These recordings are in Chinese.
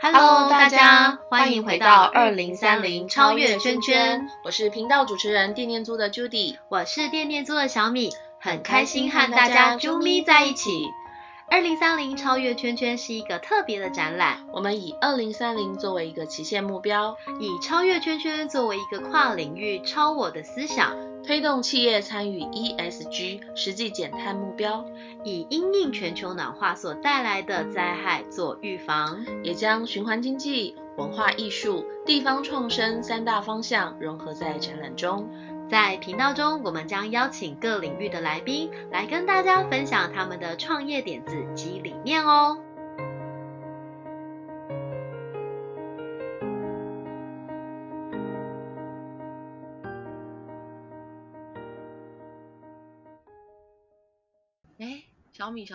Hello， 大家欢迎回到2030超越圈圈， 我是频道主持人电念租的 Judy， 我是电念租的小米，很开心和大家啾咪在一起。2030超越圈圈是一个特别的展览， 我们以2030作为一个期限目标， 以超越圈圈作为一个跨领域超我的思想， 推动企业参与 ESG 实际减碳目标， 以因应全球暖化所带来的灾害做预防， 也将循环经济、文化艺术、地方创生三大方向融合在展览中。 在频道中，我们将邀请各领域的来宾来跟大家分享他们的创业点子及理念哦。 小米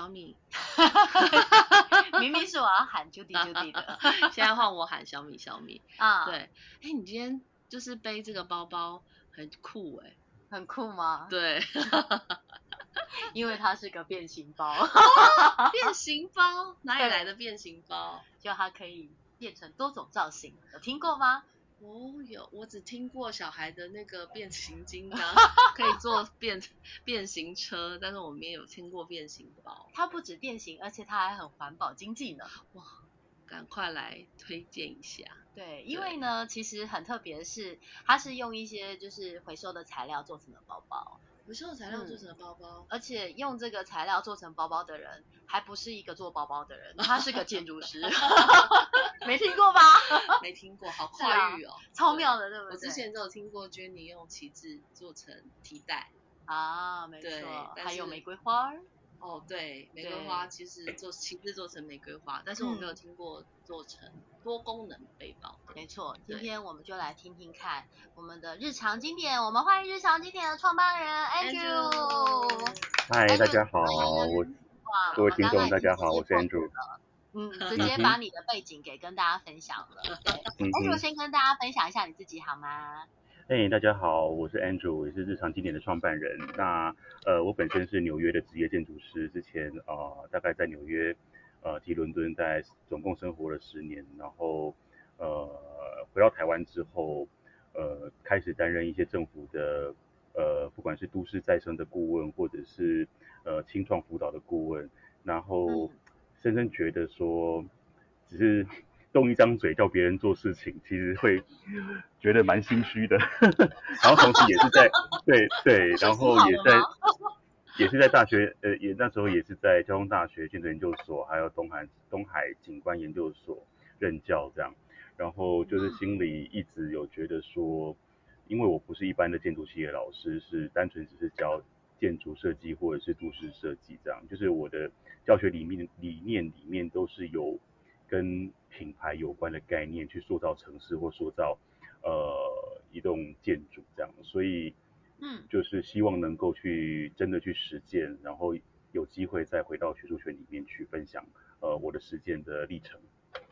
明明是我要喊 Judy 的现在换我喊小米啊。 对，你今天就是背这个包包很酷很酷吗？ 对因为它是个变形包变形包哪里来的变形包？ 就它可以变成多种造型，有听过吗？ 有，我只听过小孩的那个变形金刚可以做变形车，但是我没有听过变形包。 它不止变形，而且它还很环保经济呢。 哇，赶快来推荐一下。 对，因为呢，其实很特别的是，它是用一些就是回收的材料做成的包包。 回收的材料做成的包包， 而且用这个材料做成包包的人，还不是一个做包包的人，他是个建筑师。没听过吧？ 没听过，好跨域哦， 超妙的，对不对？ 我之前都有听过 Jenny 用旗帜做成提袋啊，没错，还有玫瑰花。 哦，对，玫瑰花其实做旗帜做成玫瑰花，但是我没有听过做成多功能背包。 没错，今天我们就来听听看我们的日常经典。我们欢迎日常经典的创办人 Andrew。 嗨，大家好，各位听众大家好，我是 Andrew。 直接把你的背景给跟大家分享了。对，Andrew 先跟大家分享一下你自己好吗？ 大家好，我是 Andrew， 也是日常经典的创办人。那我本身是纽约的职业建筑师，之前大概在纽约及伦敦总共生活了10年，然后回到台湾之后开始担任一些政府的不管是都市再生的顾问，或者是青创辅导的顾问，然后深深觉得说只是动一张嘴叫别人做事情，其实会觉得蛮心虚的。然后同时也是在对，然后也是在大学也那时候也是在交通大学建筑研究所，还有东海景观研究所任教这样。然后就是心里一直有觉得说，因为我不是一般的建筑系的老师，是单纯只是教建筑设计或者是都市设计这样，就是我的教学理念里面都是有跟品牌有关的概念去塑造城市或塑造一栋建筑这样，所以就是希望能够真的去实践，然后有机会再回到学术圈里面去分享我的实践的历程。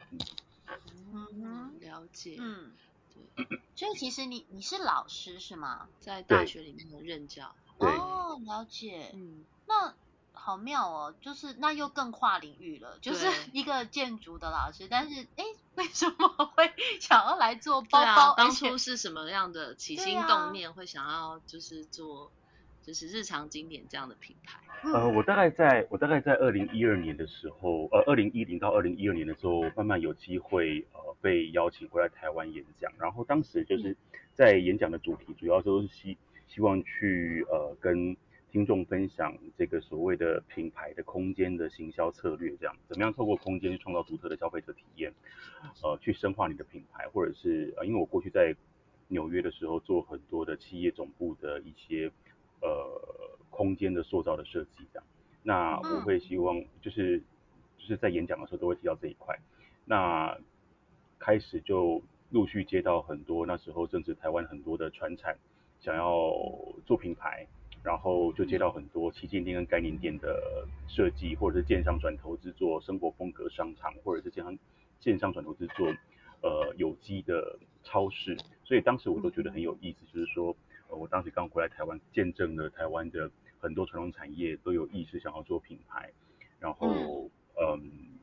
了解。 对。所以其实你是老师是吗？ 在大学里面的任教。 对。 哦，了解。那好妙哦，就是那又更跨领域了，就是一个建筑的老师，但是为什么会想要来做包包？ 当初是什么样的起心动念会想要就是做就是日常经典这样的品牌？ 我大概在2012年的时候，2010到2012年的时候，慢慢有机会被邀请回来台湾演讲，然后当时就是在演讲的主题主要都是希望去跟听众分享这个所谓的品牌的空间的行销策略，这样怎么样透过空间去创造独特的消费者体验，去深化你的品牌，或者是因为我过去在纽约的时候做很多的企业总部的一些空间的塑造的设计这样，那我会希望就是在演讲的时候都会提到这一块，那开始就陆续接到很多那时候正值台湾很多的传产想要做品牌，然后就接到很多旗舰店跟概念店的设计，或者是建商转投资做生活风格商场，或者是建商转投资做有机的超市，所以当时我都觉得很有意思，就是说我当时刚回来台湾，见证了台湾的很多传统产业都有意识想要做品牌，然后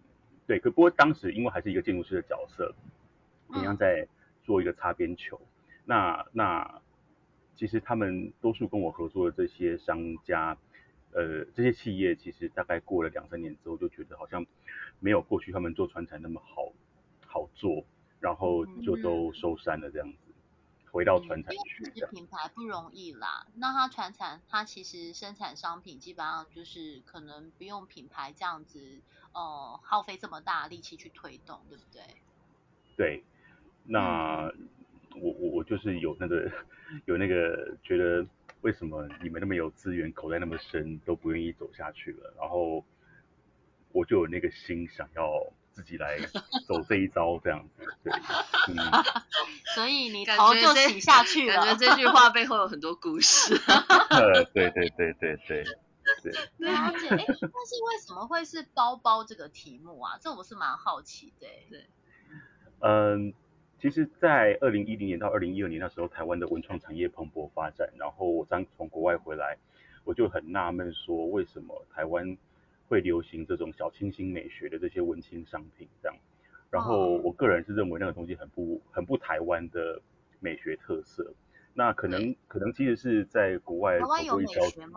对，不过当时因为还是一个建筑师的角色，很像在做一个擦边球。那其实他们多数跟我合作的这些商家，这些企业其实大概过了2、3年之后，就觉得好像没有过去他们做船产那么好做，然后就都收山了这样子，回到船产因为去这样。 其实品牌不容易啦，那它传产它其实生产商品基本上就是可能不用品牌这样子，耗费这么大力气去推动，对不对？ 对，那我就是有那个有那个觉得为什么你们那么有资源，口袋那么深，都不愿意走下去了，然后我就有那个心想要自己来走这一招这样子，对， 所以你头就洗下去了。 感觉这句话背后有很多故事。 对对对对对对。 了解，但是为什么会是包包这个题目啊？这我是蛮好奇的。 对， 嗯，其实，在2010年到2012年那时候，台湾的文创产业蓬勃发展。然后我刚从国外回来，我就很纳闷说，为什么台湾会流行这种小清新美学的这些文青商品这样？然后我个人是认为那个东西很不台湾的美学特色。那可能其实是在国外台湾有美走过一遭。 学吗？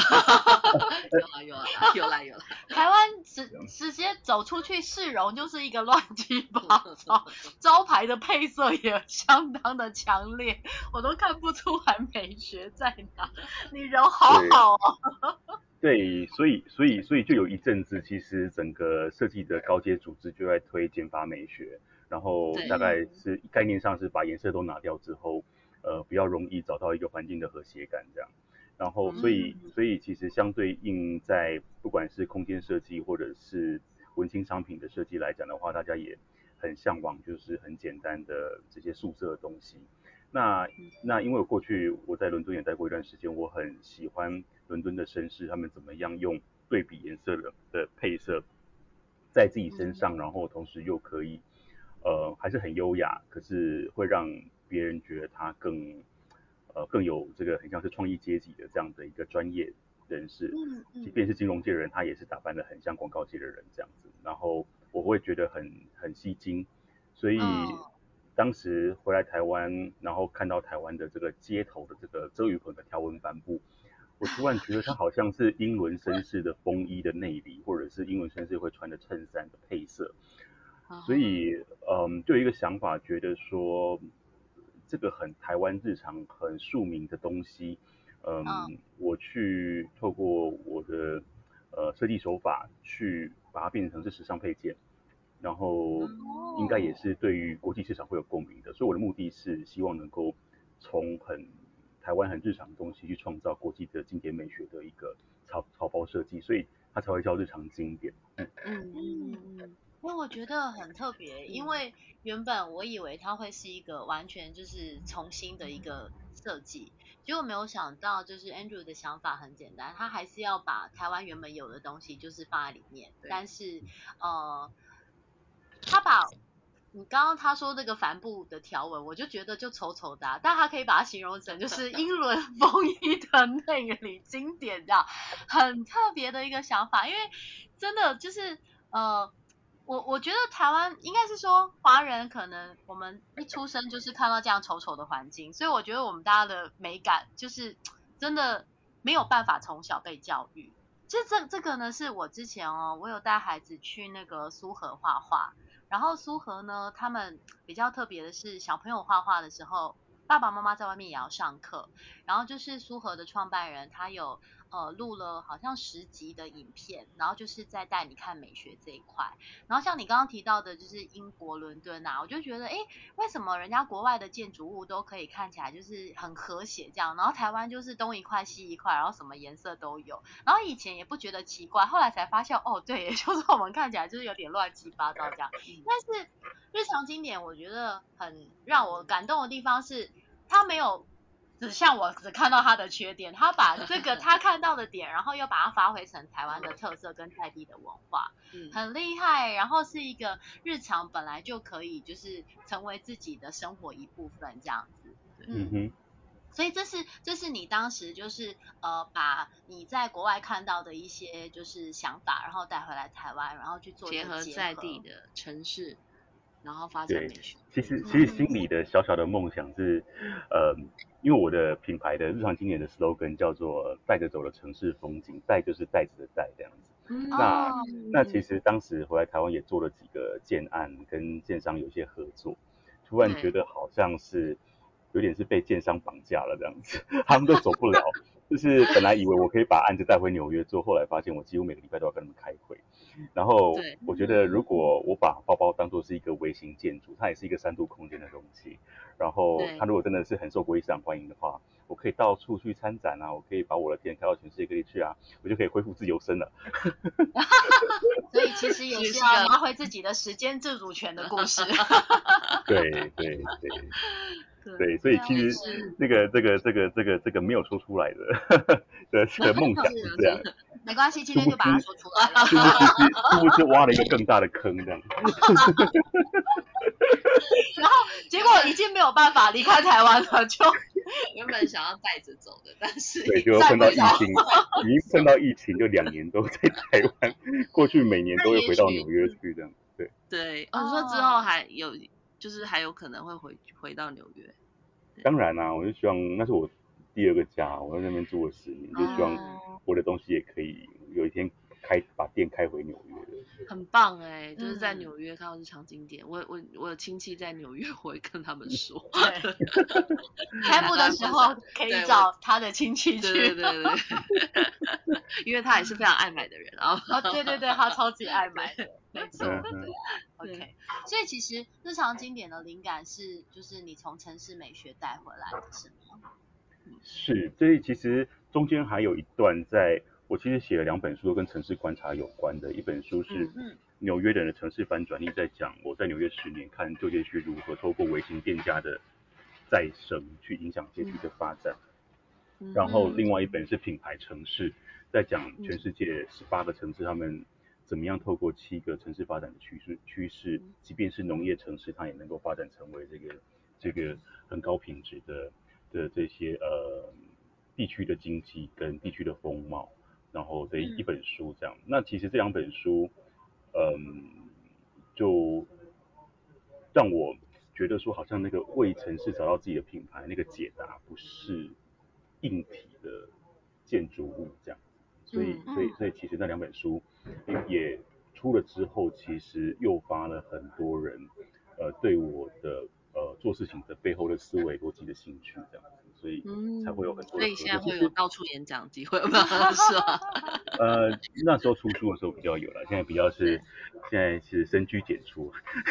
有啦。 台湾直接走出去市容就是一个乱七八糟，招牌的配色也相当的强烈，我都看不出来美学在哪。你人好好哦。 对，所以就有一阵子，其实整个设计的高阶组织就在推减法美学，然后大概是概念上是把颜色都拿掉之后，比较容易找到一个环境的和谐感这样。然后所以其实相对应在不管是空间设计或者是文青商品的设计来讲的话，大家也很向往就是很简单的这些素色的东西。那因为过去我在伦敦也待过一段时间，我很喜欢伦敦的绅士他们怎么样用对比颜色的配色在自己身上，然后同时又可以还是很优雅，可是会让别人觉得他更有这个很像是创意阶级的这样的一个专业人士。即便是金融界的人，他也是打扮的很像广告界的人这样子，然后我会觉得很吸睛。所以当时回来台湾，然后看到台湾的这个街头的这个遮雨棚的条纹帆布，我突然觉得它好像是英伦绅士的风衣的内里，或者是英伦绅士会穿的衬衫的配色。所以就有一个想法，觉得说这个很台湾日常很庶民的东西，我去透过我的设计手法去把它变成是时尚配件，然后应该也是对于国际市场会有共鸣的。所以我的目的是希望能够从台湾很日常的东西去创造国际的经典美学的一个草包设计，所以它才会叫日常经典。 因为我觉得很特别，因为原本我以为它会是一个完全就是重新的一个设计，结果没有想到就是 Andrew 的想法很简单，他还是要把台湾原本有的东西就是放在里面，但是他把你刚刚他说这个帆布的条纹，我就觉得就丑丑的但他可以把它形容成就是英伦风衣的内里经典这样，很特别的一个想法，因为真的就是我觉得台湾应该是说华人可能我们一出生就是看到这样丑丑的环境，所以我觉得我们大家的美感就是真的没有办法从小被教育。其实这个呢，是我之前我有带孩子去那个苏荷画画，然后苏荷呢，他们比较特别的是，小朋友画画的时候，爸爸妈妈在外面也要上课。然后就是苏荷的创办人，他有录了好像10集的影片，然后就是在带你看美学这一块。然后像你刚刚提到的，就是英国伦敦啊，我就觉得，诶，为什么人家国外的建筑物都可以看起来就是很和谐这样，然后台湾就是东一块西一块，然后什么颜色都有。然后以前也不觉得奇怪，后来才发现，哦，对，也就是我们看起来就是有点乱七八糟这样。但是日常经典，我觉得很让我感动的地方是，他没有只像我只看到他的缺点，他把这个他看到的点，然后又把它发挥成台湾的特色跟在地的文化，很厉害。然后是一个日常本来就可以就是成为自己的生活一部分这样子。 所以这是你当时就是把你在国外看到的一些就是想法，然后带回来台湾，然后去做一个结在地合。 的城市，然后发展对， 美学。 其实心里的小小的梦想是，因为我的品牌的日常经典的 slogan 叫做带着走的城市风景，带就是袋子的带这样子。那哦， 其实当时回来台湾也做了几个建案，跟建商有一些合作，突然觉对得好像是有点是被建商绑架了这样子，他们都走不了。就是本来以为我可以把案子带回纽约做，后来发现我几乎每个礼拜都要跟他们开会。然后对， 我觉得，如果我把包包当做是一个微型建筑，它也是一个3度空间的容器。然后它对， 如果真的是很受国际市场欢迎的话，我可以到处去参展啊，我可以把我的店开到全世界各地去啊，我就可以恢复自由身了。 所以其实也是要拿回自己的时间自主权的故事。 对对对对，所以其实是这个没有说出来的的梦想是这样， 没关系，今天就把它殊不知说出来了。 殊不知挖了一个更大的坑这样。 然后结果已经没有办法离开台湾了，就原本想要带着走的，但是对，就碰到疫情，已经碰到疫情，就2年都在台湾，过去每年都会回到纽约去这样。对， 对哦，你说之后还有就是还有可能会回到纽约。 当然啦、我就希望那是我第2个家，我在那边住了10年，就希望哦， 我的东西也可以有一天把店开回纽约的。 很棒哎，就是在纽约看到日常经典。我有亲戚在纽约，我会跟他们说。 对，开幕的时候可以找他的亲戚去。 对对对对，因为他也是非常爱买的人啊。 对对对，他超级爱买的，没错， 嗯哼， 对啊，OK。所以其实日常经典的灵感是就是你从城市美学带回来的，是吗？ 是，所以其实中间还有一段我其实写了2本书，都跟城市观察有关的。一本书是纽约人的城市反转力，在讲我在纽约10年看旧街区如何透过微型店家的再生去影响街区的发展。然后另外一本是品牌城市，在讲全世界18个城市他们怎么样透过7个城市发展的趋势，即便是农业城市，它也能够发展成为这个很高品质的这些地区的经济跟地区的风貌，然后的一本书这样。那其实这2本书，就让我觉得说，好像那个为城市找到自己的品牌，那个解答不是硬体的建筑物这样。所以其实那2本书也出了之后，其实诱发了很多人对我的做事情的背后的思维逻辑的兴趣这样子，所以才会有很多所以的合作。 现在会有其实到处演讲机会吗？是吧？ 那时候出书的时候比较有了，现在比较是现在是深居简出。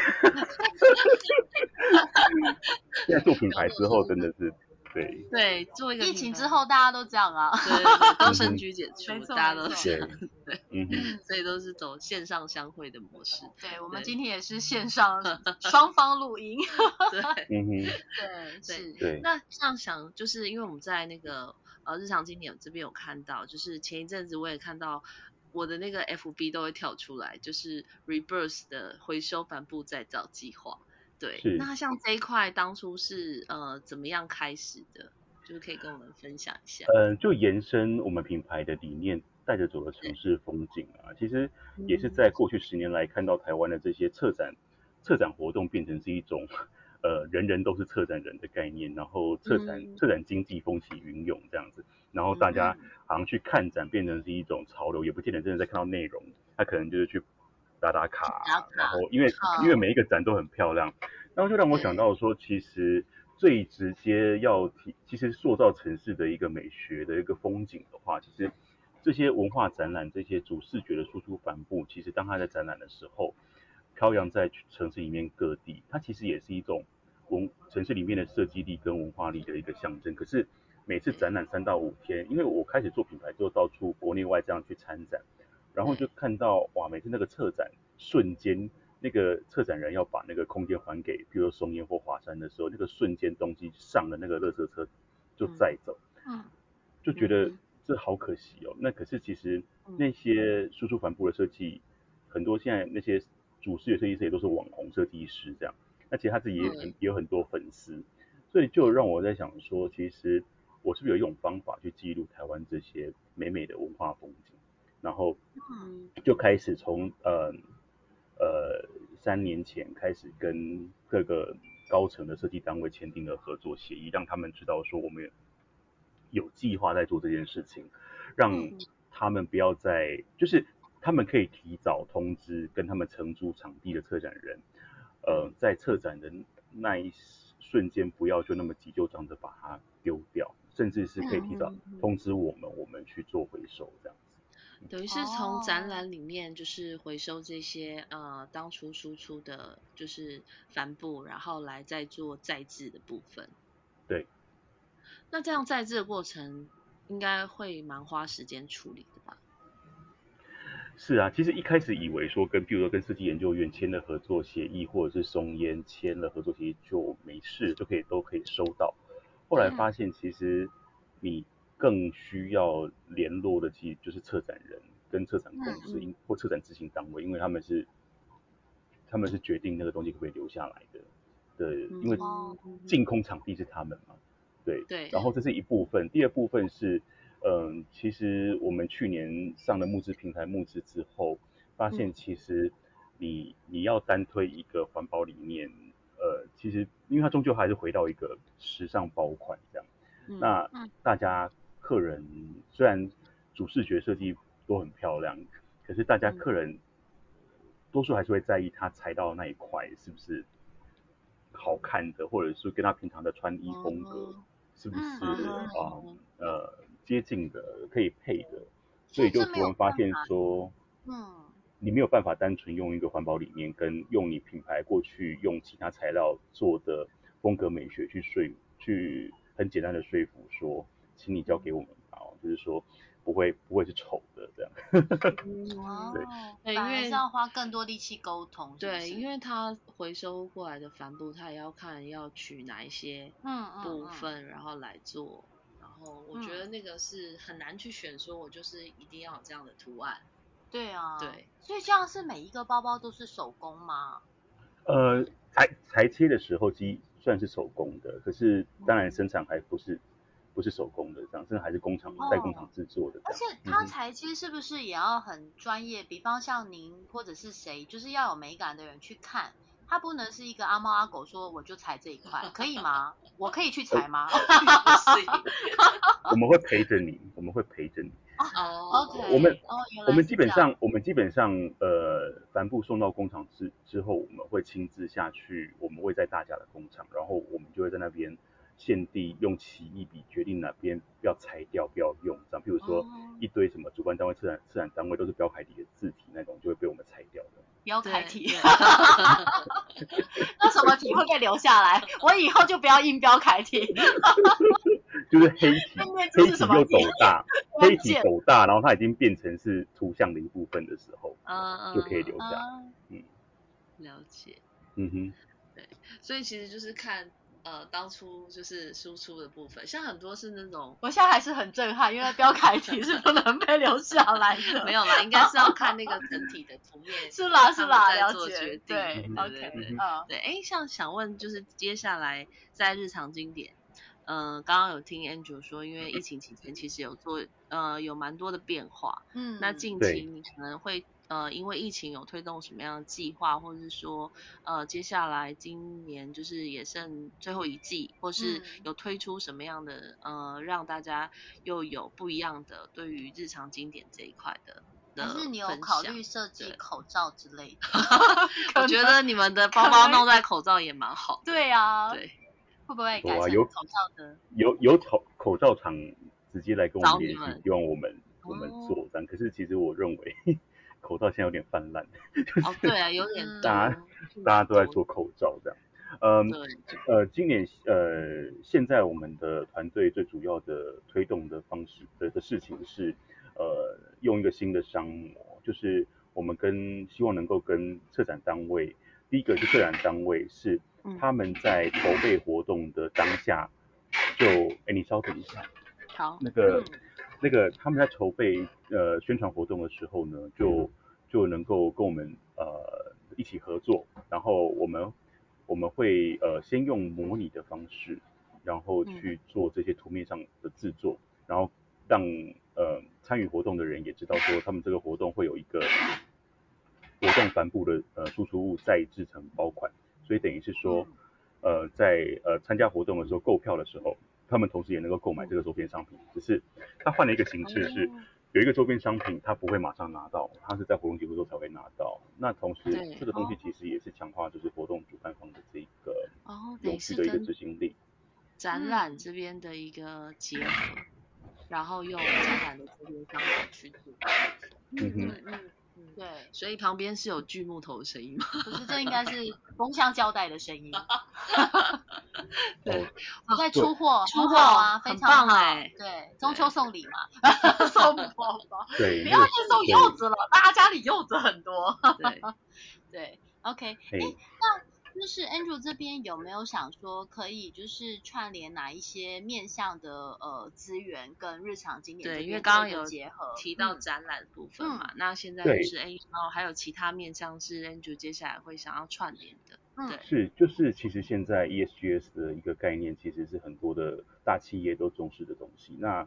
现在做品牌之后真的是对， 对，做一个疫情之后大家都这样啊。 对对对，都深居简出， 没错大家都没错这样， 对， 对， 嗯所以都是走线上相会的模式。 对，我们今天也是线上双方录音。 对对， 对，是， 对， 那像想就是因为我们在那个日常经典这边有看到，就是前一阵子我也看到我的那个 FB 都会跳出来，就是 Rebirth 的回收帆布再造计划。对， 是。 那像这一块当初是怎么样开始的？就是可以跟我们分享一下。 就延伸我们品牌的理念，带着走的城市风景啊，其实也是嗯在过去10年来看到台湾的这些策展活动变成是一种人人都是策展人的概念，然后策展经济风起云涌这样子，然后大家好像去看展变成是一种潮流，也不见得真的在看到内容，他可能就是去打打卡，然后因为每一个展都很漂亮，然后就让我想到说，其实最直接其实塑造城市的一个美学的一个风景的话，其实这些文化展览、这些主视觉的输出帆布，其实当它在展览的时候，飘扬在城市里面各地，它其实也是一种城市里面的设计力跟文化力的一个象征。可是每次展览3到5天，因为我开始做品牌之后，到处国内外这样去参展，然后就看到哇，每次那个策展瞬间。那个策展人要把那个空间还给，比如说松烟或华山的时候，那个瞬间东西上了那个垃圾车就载走，就觉得这好可惜哦。那可是其实那些输出帆布的设计，很多现在那些主视觉设计师也都是网红设计师这样，那其实他自己也有很多粉丝，所以就让我在想说，其实我是不是有一种方法去记录台湾这些美美的文化风景，然后就开始从3年前开始跟各个高层的设计单位签订了合作协议，让他们知道说我们有计划在做这件事情，让他们不要就是他们可以提早通知跟他们承租场地的策展人，在策展的那一瞬间不要就那么急就章的把它丢掉，甚至是可以提早通知我们，我们去做回收这样子。 等于是从展览里面就是回收这些当初输出的就是帆布，然后来再做再制的部分。 对。 那这样再制的过程应该会蛮花时间处理的吧？ 是啊，其实一开始以为说比如说跟设计研究院签了合作协议，或者是松烟签了合作协议就没事，都可以收到。后来发现其实你更需要联络的其实就是策展人跟策展公司或策展执行单位，因为他们是决定那个东西可不可以留下来的，因为净空场地是他们嘛，对。然后这是一部分，第二部分是，其实我们去年上了募资平台募资之后，发现其实你要单推一个环保理念，其实因为它终究还是回到一个时尚包款这样，那大家客人虽然主视觉设计都很漂亮，可是大家客人多数还是会在意他裁到的那一块是不是好看的，或者是跟他平常的穿衣风格是不是接近的，可以配的，所以就突然发现说，你没有办法单纯用一个环保理念跟用你品牌过去用其他材料做的风格美学去很简单的说服说，请你交给我们吧，就是说不会是丑的这样。 对，反而是要花更多力气沟通。 对，因为他回收过来的帆布，他也要看要取哪一些部分，然后来做。然后我觉得那个是很难去选，说我就是一定要有这样的图案。 对啊， 对， 所以这样是每一个包包都是手工吗？ 裁切的时候算是手工的，可是当然生产还不是手工的这样，甚至还是在工厂制作的这样。 而且它裁切是不是也要很专业？比方像您或者是谁，就是要有美感的人去看，它不能是一个阿猫阿狗说我就裁这一块，可以吗？我可以去裁吗？ 我们会陪着你， OK， 我们基本上帆布送到工厂之后，我们会亲自下去，我们会在大家的工厂，然后我们就会在那边现地用奇异笔决定哪边要裁掉，不要用，这样，譬如说一堆什么主办单位、策展单位都是标楷体的字体那种，就会被我们裁掉的。 标楷体，那什么体会被留下来？我以后就不要印标楷体。 就是黑体又斗大，黑体斗大，然后它已经变成是图像的一部分的时候，就可以留下。 了解。对，所以其实就是看当初就是输出的部分，像很多是那种， 我现在还是很震撼，因为标楷体是不能被留下来的。 没有啦，应该是要看那个整体的图面， 是啦， 在做决定。 对，OK， 对，想问就是接下来在日常经典，刚刚有听 Andrew 说，因为疫情期间其实有蛮多的变化，那近期你可能会因为疫情有推动什么样的计划，或者是说接下来今年就是也剩最后一季，或是有推出什么样的让大家又有不一样的对于日常经典这一块的。 还是你有考虑设计口罩之类的？ 我觉得你们的包包弄在口罩也蛮好的。 对啊， 对， 会不会改成口罩的？ 有口罩厂直接来跟我们联系，希望我们做这样。可是其实我认为口罩现在有点泛滥。 对啊，有点多， 大家都在做口罩这样。今年现在我们的团队最主要的推动的方式的事情是用一个新的商模，就是我们希望能够跟策展单位，第一个是策展单位是他们在筹备活动的当下你稍等一下， 好， 那个他们在筹备宣传活动的时候呢，就能够跟我们一起合作，然后我们会先用模拟的方式， 然后去做这些图面上的制作，然后让参与活动的人也知道说他们这个活动会有一个活动帆布的输出物再制成包款，所以等于是说在参加活动的时候购票的时候，他们同时也能够购买这个周边商品，只是他换了一个形式是。有一个周边商品，他不会马上拿到，他是在活动结束之后才会拿到。那同时，这个东西其实也是强化就是活动主办方的这个永续的一个执行力。 展览这边的一个结合，然后用展览的周边商品去做。 对， 所以旁边是有锯木头的声音吗？ 不是，这应该是风箱胶带的声音。 对， 在出货很好啊，非常好。 对， 中秋送礼嘛，送包包。 对， 不要再送柚子了，大家家里柚子很多。对，OK。那就是 Andrew 这边有没有想说可以就是串联哪一些面向的资源跟日常经典这边做一个结合？ 提到展览部分嘛，那现在就是然后还有其他面向是 Andrew 接下来会想要串联的。对， 是就是其实现在 ESGS 的一个概念其实是很多的大企业都重视的东西。那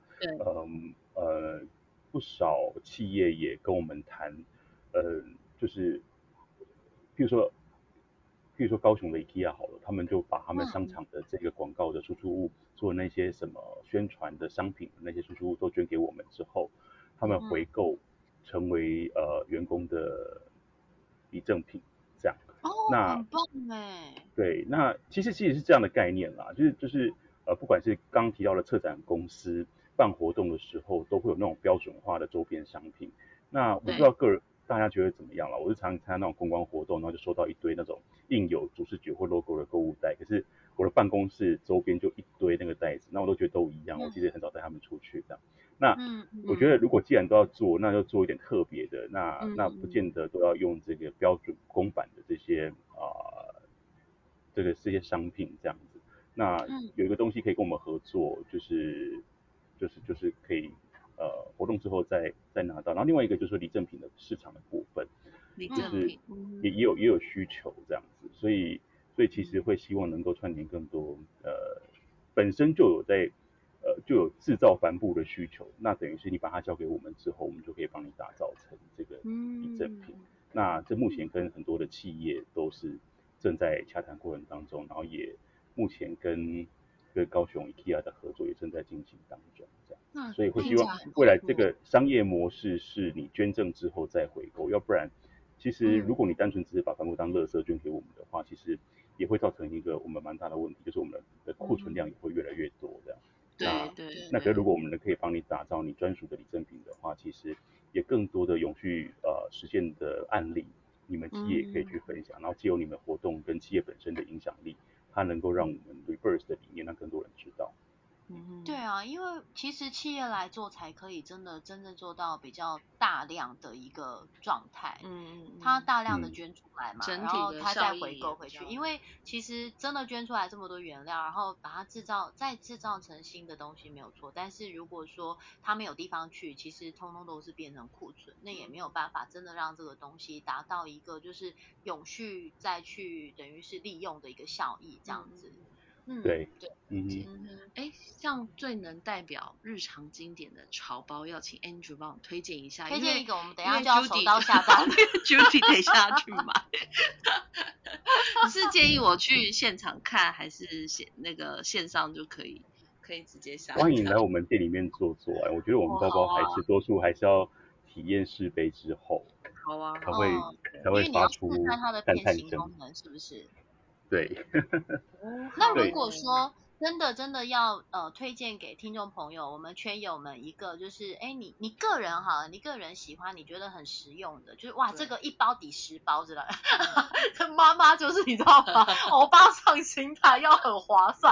不少企业也跟我们谈，就是比如说高雄的 IKEA 好了，他们就把他们商场的这个广告的输出物做那些什么宣传的商品那些输出物都捐给我们之后，他们回购成为员工的礼赠品这样。那很棒哎。 对，那其实是这样的概念啦，就是不管是刚刚提到的策展公司办活动的时候，都会有那种标准化的周边商品。那我不知道大家觉得怎么样啦？我是常参加那种公关活动，然后就收到一堆那种印有主视觉或 logo 的购物袋，可是我的办公室周边就一堆那个袋子，那我都觉得都一样，我其实很少带他们出去这样。那我觉得如果既然都要做，那就做一点特别的，那不见得都要用这个标准公版的这些这些商品这样子。那有一个东西可以跟我们合作，就是可以活动之后再拿到。然后另外一个就是礼赠品的市场的部分，就是也有需求这样子，所以其实会希望能够串联更多本身就有制造帆布的需求，那等于是你把它交给我们之后，我们就可以帮你打造成这个礼赠品。那这目前跟很多的企业都是正在洽谈过程当中，然后也目前跟高雄 IKEA 的合作也正在进行当中，这样，所以会希望未来这个商业模式是你捐赠之后再回购，要不然其实如果你单纯只是把帆布当垃圾捐给我们的话，其实也会造成一个我们蛮大的问题，就是我们的库存量也会越来越多这样。那可是如果我们可以帮你打造你专属的礼赠品的话，其实也更多的永续实现的案例，你们企业也可以去分享，然后借由你们活动跟企业本身的影响力，它能够让我们 Reverse 的理念让更多人知道。 对啊，因为其实企业来做才可以真正做到比较大量的一个状态。它大量的捐出来嘛，然后它再回购回去。因为其实真的捐出来这么多原料，然后把它再制造成新的东西没有错，但是如果说它没有地方去，其实通通都是变成库存，那也没有办法真的让这个东西达到一个就是永续再去等于是利用的一个效益这样子。 对， 像最能代表日常经典的潮包，要请 Andrew 帮我推荐一下。 推荐一个，我们等一下就要手刀下单。 Judy 等一下去买。你是建议我去现场看，还是线上就可以直接下单？ 欢迎来我们店里面坐。我觉得我们包包多数还是要体验试背之后， 好啊， 才会发出它的变形功能是不是？ 对。 那如果说真的要推荐给听众朋友，我们圈友们一个就是你个人好，你个人喜欢你觉得很实用的，就是哇这个一包抵10包之类的。这妈妈就是你知道吗？欧巴上心态要很划算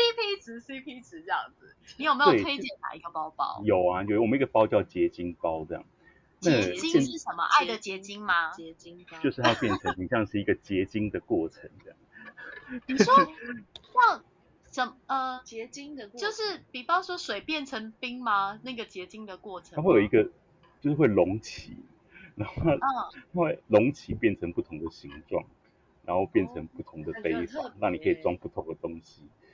，CP 值这样子。你有没有推荐哪一个包包？ 有啊，我们一个包叫结晶包这样。 结晶是什么？爱的结晶吗？ 结晶包就是它变成很像是一个结晶的过程这样。 你说像结晶的过程，就是比方说水变成冰吗？那个结晶的过程， 它会有一个就是会隆起，然后它会隆起变成不同的形状，然后变成不同的背法，让你可以装不同的东西。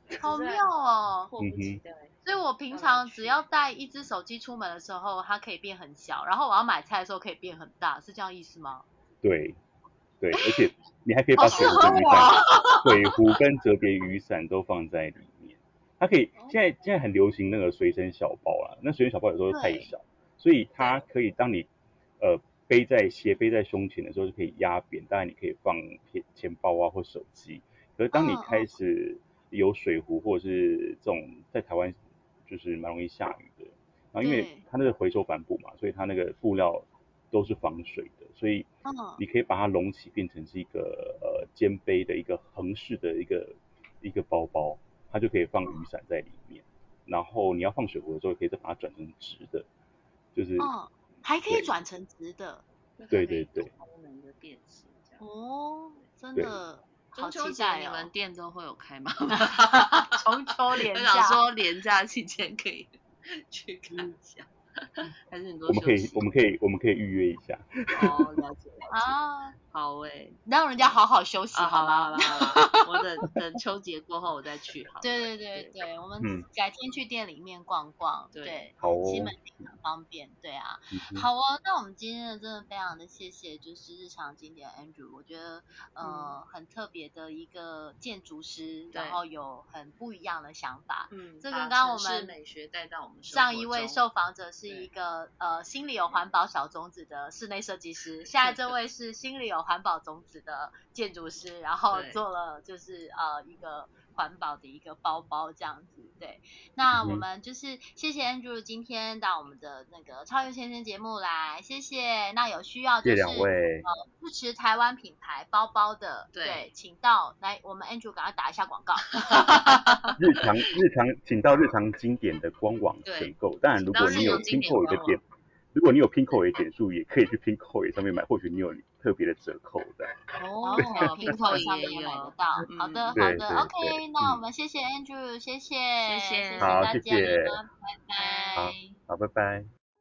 好妙哦。 迫不及待。 所以我平常只要带一只手机出门的时候，它可以变很小，然后我要买菜的时候可以变很大，是这样意思吗？ 对，而且你还可以好适把水壶合我跟雨伞，水壶跟折叠雨伞都放在里面。它可以现在很流行那个随身小包啦，那随身小包有时候太小，所以它可以当你斜背在胸前的时候，就可以压扁，当然你可以放钱包啊或手机。可是当你开始有水壶或者是这种在台湾就是蛮容易下雨的，然后因为它那个回收帆布嘛，所以它那个布料都是防水的，所以你可以把它隆起变成是一个肩背的一个横式的一个包包，它就可以放雨伞在里面。然后你要放水壶的时候，可以再把它转成直的，就是还可以转成直的。 对， 功能的电池这样。 哦，真的。 中秋节你们店都会有开吗？ 中秋连假， 我想说连假期间可以去看一下，还是很多休息？ 我们可以预约一下。 哦，了解啊， 好让人家好好休息好吗？ 好啦，我等秋节过后我再去好了。 对，我们改天去店里面逛逛，对， 好哦， 西门町很方便，对啊，好哦，那我们今天真的非常的谢谢，就是日常经典 Andrew， 我觉得很特别的一个建筑师，然后有很不一样的想法，这跟刚刚我们美学带到我们上一位受访者是一个心里有环保小种子的室内设计师，现在这位是心里有环保种子的建筑师，然后做了就是一个环保的一个包包这样子，对。那我们就是谢谢 Andrew 今天到我们的那个超越先生节目来，谢谢。那有需要就是支持台湾品牌包包的，对，请到来我们 Andrew 赶快打一下广告。 请到日常经典的官网选购。当然，如果你有 Pinkoi 的点，如果你有 Pinkoi 的点数，也可以去 Pinkoi 上面买，或许你有特别的折扣的。 Pinkoi 上面也买得到。好的，OK， 那我们谢谢 Andrew， 谢谢大家， 谢谢， 拜拜。 好，拜拜。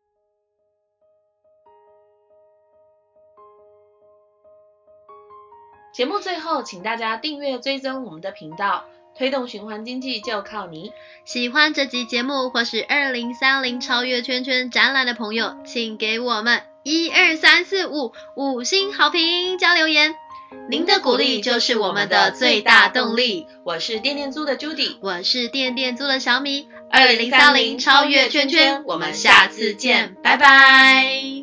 节目最后，请大家订阅追踪我们的频道，推动循环经济就靠你。 喜欢这集节目或是2030超越圈圈展览的朋友，请给我们12345五星好评加留言，您的鼓励就是我们的最大动力。 我是电电租的 Judy， 我是电电租的小米，2030超越圈圈，我们下次见，拜拜。